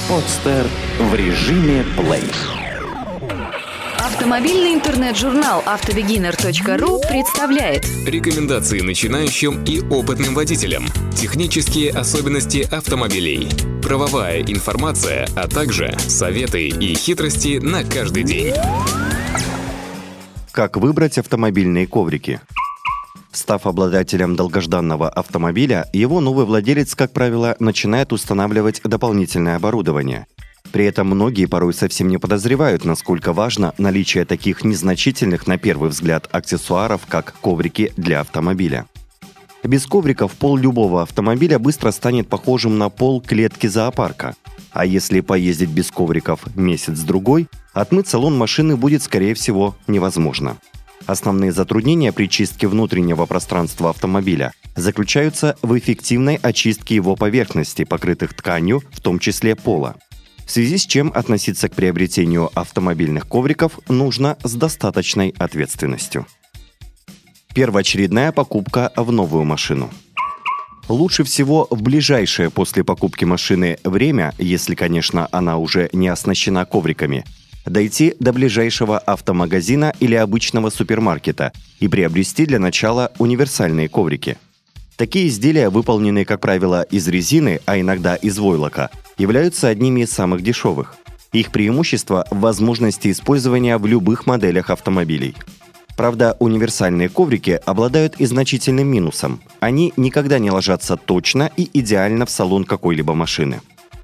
Подстер в режиме плей. Автомобильный интернет-журнал автобегинер.ру представляет рекомендации начинающим и опытным водителям, технические особенности автомобилей, правовая информация, а также советы и хитрости на каждый день. Как выбрать автомобильные коврики? Став обладателем долгожданного автомобиля, его новый владелец, как правило, начинает устанавливать дополнительное оборудование. При этом многие порой совсем не подозревают, насколько важно наличие таких незначительных, на первый взгляд, аксессуаров, как коврики для автомобиля. Без ковриков пол любого автомобиля быстро станет похожим на пол клетки зоопарка. А если поездить без ковриков месяц-другой, отмыть салон машины будет, скорее всего, невозможно. Основные затруднения при чистке внутреннего пространства автомобиля заключаются в эффективной очистке его поверхности, покрытых тканью, в том числе пола. В связи с чем относиться к приобретению автомобильных ковриков нужно с достаточной ответственностью. Первоочередная покупка в новую машину. Лучше всего в ближайшее после покупки машины время, если, конечно, она уже не оснащена ковриками, дойти до ближайшего автомагазина или обычного супермаркета и приобрести для начала универсальные коврики. Такие изделия, выполненные, как правило, из резины, а иногда из войлока, являются одними из самых дешевых. Их преимущество в возможности использования в любых моделях автомобилей. Правда, универсальные коврики обладают и значительным минусом. Они никогда не ложатся точно и идеально в салон какой-либо машины.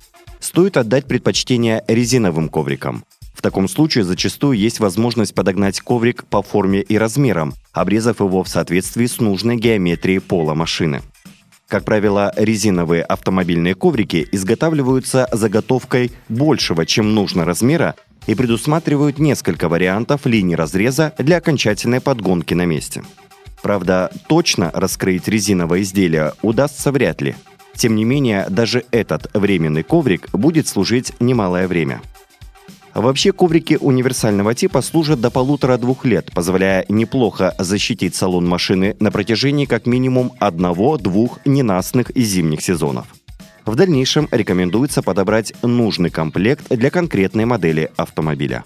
Стоит отдать предпочтение резиновым коврикам. В таком случае зачастую есть возможность подогнать коврик по форме и размерам, обрезав его в соответствии с нужной геометрией пола машины. Как правило, резиновые автомобильные коврики изготавливаются заготовкой большего, чем нужно размера, и предусматривают несколько вариантов линий разреза для окончательной подгонки на месте. Правда, точно раскроить резиновое изделие удастся вряд ли. Тем не менее, даже этот временный коврик будет служить немалое время. Вообще, коврики универсального типа служат до 1,5-2 лет, позволяя неплохо защитить салон машины на протяжении как минимум 1-2 ненастных и зимних сезонов. В дальнейшем рекомендуется подобрать нужный комплект для конкретной модели автомобиля.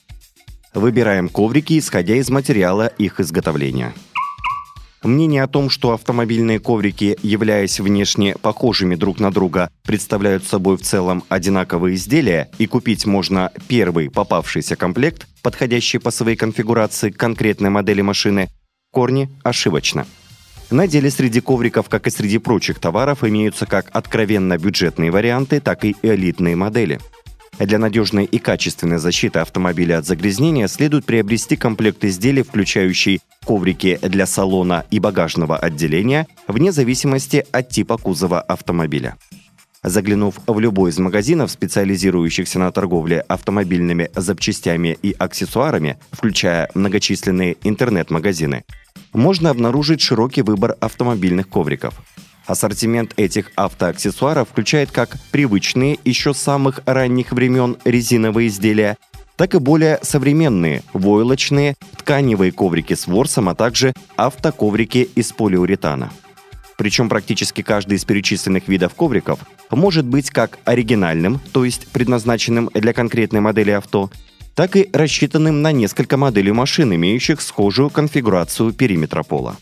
Выбираем коврики, исходя из материала их изготовления. Мнение о том, что автомобильные коврики, являясь внешне похожими друг на друга, представляют собой в целом одинаковые изделия и купить можно первый попавшийся комплект, подходящий по своей конфигурации к конкретной модели машины, в корне ошибочно. На деле среди ковриков, как и среди прочих товаров, имеются как откровенно бюджетные варианты, так и элитные модели. Для надежной и качественной защиты автомобиля от загрязнения следует приобрести комплект изделий, включающий коврики для салона и багажного отделения, вне зависимости от типа кузова автомобиля. Заглянув в любой из магазинов, специализирующихся на торговле автомобильными запчастями и аксессуарами, включая многочисленные интернет-магазины, можно обнаружить широкий выбор автомобильных ковриков. Ассортимент этих автоаксессуаров включает как привычные еще с самых ранних времен резиновые изделия, так и более современные войлочные тканевые коврики с ворсом, а также автоковрики из полиуретана. Причем практически каждый из перечисленных видов ковриков может быть как оригинальным, то есть предназначенным для конкретной модели авто, так и рассчитанным на несколько моделей машин, имеющих схожую конфигурацию периметра пола.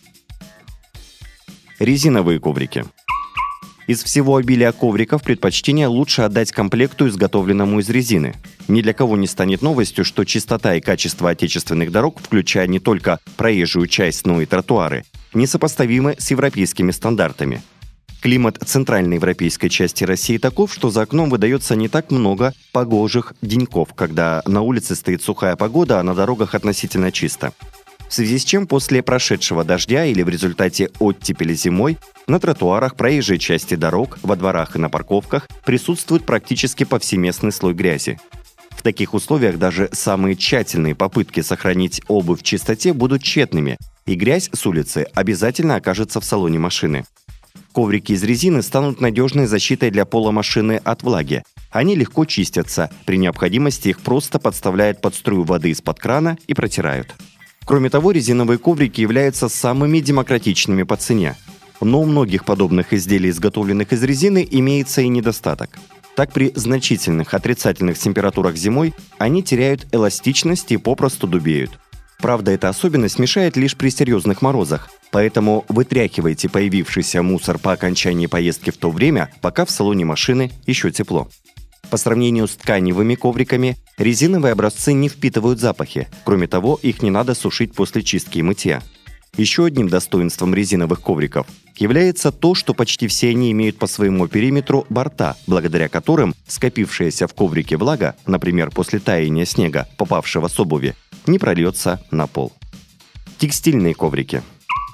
Резиновые коврики. Из всего обилия ковриков предпочтение лучше отдать комплекту, изготовленному из резины. Ни для кого не станет новостью, что чистота и качество отечественных дорог, включая не только проезжую часть, но и тротуары, несопоставимы с европейскими стандартами. Климат центральной европейской части России таков, что за окном выдается не так много погожих деньков, когда на улице стоит сухая погода, а на дорогах относительно чисто. В связи с чем после прошедшего дождя или в результате оттепели зимой на тротуарах, проезжей части дорог, во дворах и на парковках присутствует практически повсеместный слой грязи. В таких условиях даже самые тщательные попытки сохранить обувь в чистоте будут тщетными, и грязь с улицы обязательно окажется в салоне машины. Коврики из резины станут надежной защитой для пола машины от влаги. Они легко чистятся, при необходимости их просто подставляют под струю воды из-под крана и протирают. Кроме того, резиновые коврики являются самыми демократичными по цене. Но у многих подобных изделий, изготовленных из резины, имеется и недостаток. так при значительных отрицательных температурах зимой они теряют эластичность и попросту дубеют. Правда, эта особенность мешает лишь при серьезных морозах, поэтому вытряхивайте появившийся мусор по окончании поездки в то время, пока в салоне машины еще тепло. По сравнению с тканевыми ковриками, резиновые образцы не впитывают запахи. Кроме того, их не надо сушить после чистки и мытья. Еще одним достоинством резиновых ковриков является то, что почти все они имеют по своему периметру борта, благодаря которым скопившаяся в коврике влага, например, после таяния снега, попавшего с обуви, не прольется на пол. Текстильные коврики.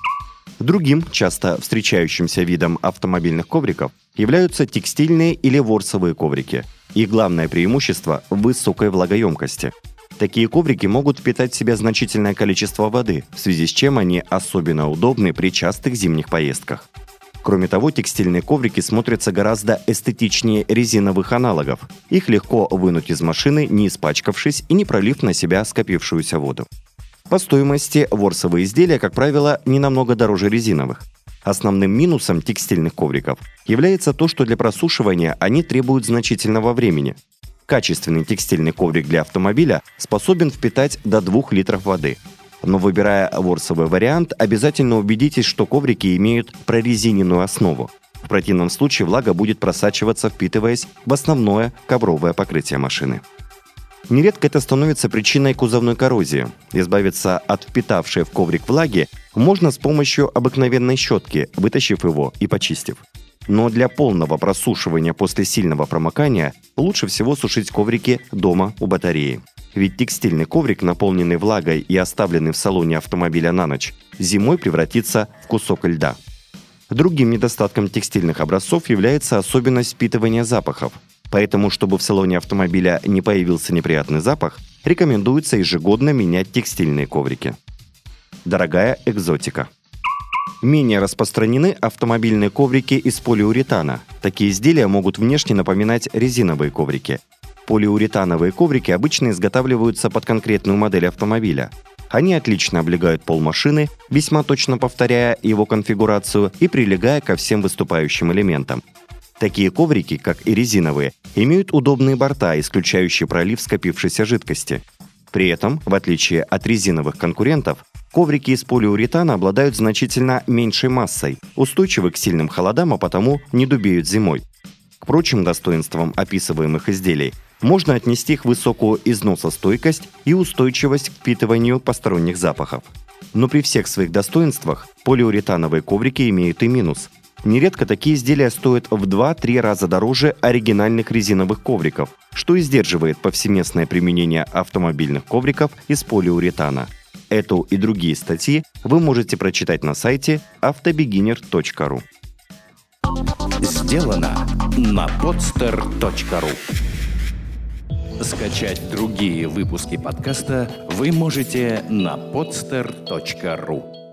Другим, часто встречающимся видом автомобильных ковриков являются текстильные или ворсовые коврики. Их главное преимущество – в высокой влагоемкости. Такие коврики могут впитать в себя значительное количество воды, в связи с чем они особенно удобны при частых зимних поездках. Кроме того, текстильные коврики смотрятся гораздо эстетичнее резиновых аналогов. Их легко вынуть из машины, не испачкавшись и не пролив на себя скопившуюся воду. По стоимости ворсовые изделия, как правило, не намного дороже резиновых. Основным минусом текстильных ковриков является то, что для просушивания они требуют значительного времени. Качественный текстильный коврик для автомобиля способен впитать до 2 литров воды. Но выбирая ворсовый вариант, обязательно убедитесь, что коврики имеют прорезиненную основу. В противном случае влага будет просачиваться, впитываясь в основное ковровое покрытие машины. Нередко это становится причиной кузовной коррозии. Избавиться от впитавшей в коврик влаги можно с помощью обыкновенной щетки, вытащив его и почистив. Но для полного просушивания после сильного промокания лучше всего сушить коврики дома у батареи. Ведь текстильный коврик, наполненный влагой и оставленный в салоне автомобиля на ночь, зимой превратится в кусок льда. Другим недостатком текстильных образцов является особенность впитывания запахов. Поэтому, чтобы в салоне автомобиля не появился неприятный запах, рекомендуется ежегодно менять текстильные коврики. Дорогая экзотика. Менее распространены автомобильные коврики из полиуретана. Такие изделия могут внешне напоминать резиновые коврики. Полиуретановые коврики обычно изготавливаются под конкретную модель автомобиля. Они отлично облегают пол машины, весьма точно повторяя его конфигурацию и прилегая ко всем выступающим элементам. Такие коврики, как и резиновые, имеют удобные борта, исключающие пролив скопившейся жидкости. При этом, в отличие от резиновых конкурентов, коврики из полиуретана обладают значительно меньшей массой, устойчивы к сильным холодам, а потому не дубеют зимой. К прочим достоинствам описываемых изделий можно отнести их высокую износостойкость и устойчивость к впитыванию посторонних запахов. Но при всех своих достоинствах полиуретановые коврики имеют и минус. Нередко такие изделия стоят в 2-3 раза дороже оригинальных резиновых ковриков, что и сдерживает повсеместное применение автомобильных ковриков из полиуретана. Эту и другие статьи вы можете прочитать на сайте автобегинер.ру. Сделано на podster.ru. Скачать другие выпуски подкаста вы можете на podster.ru.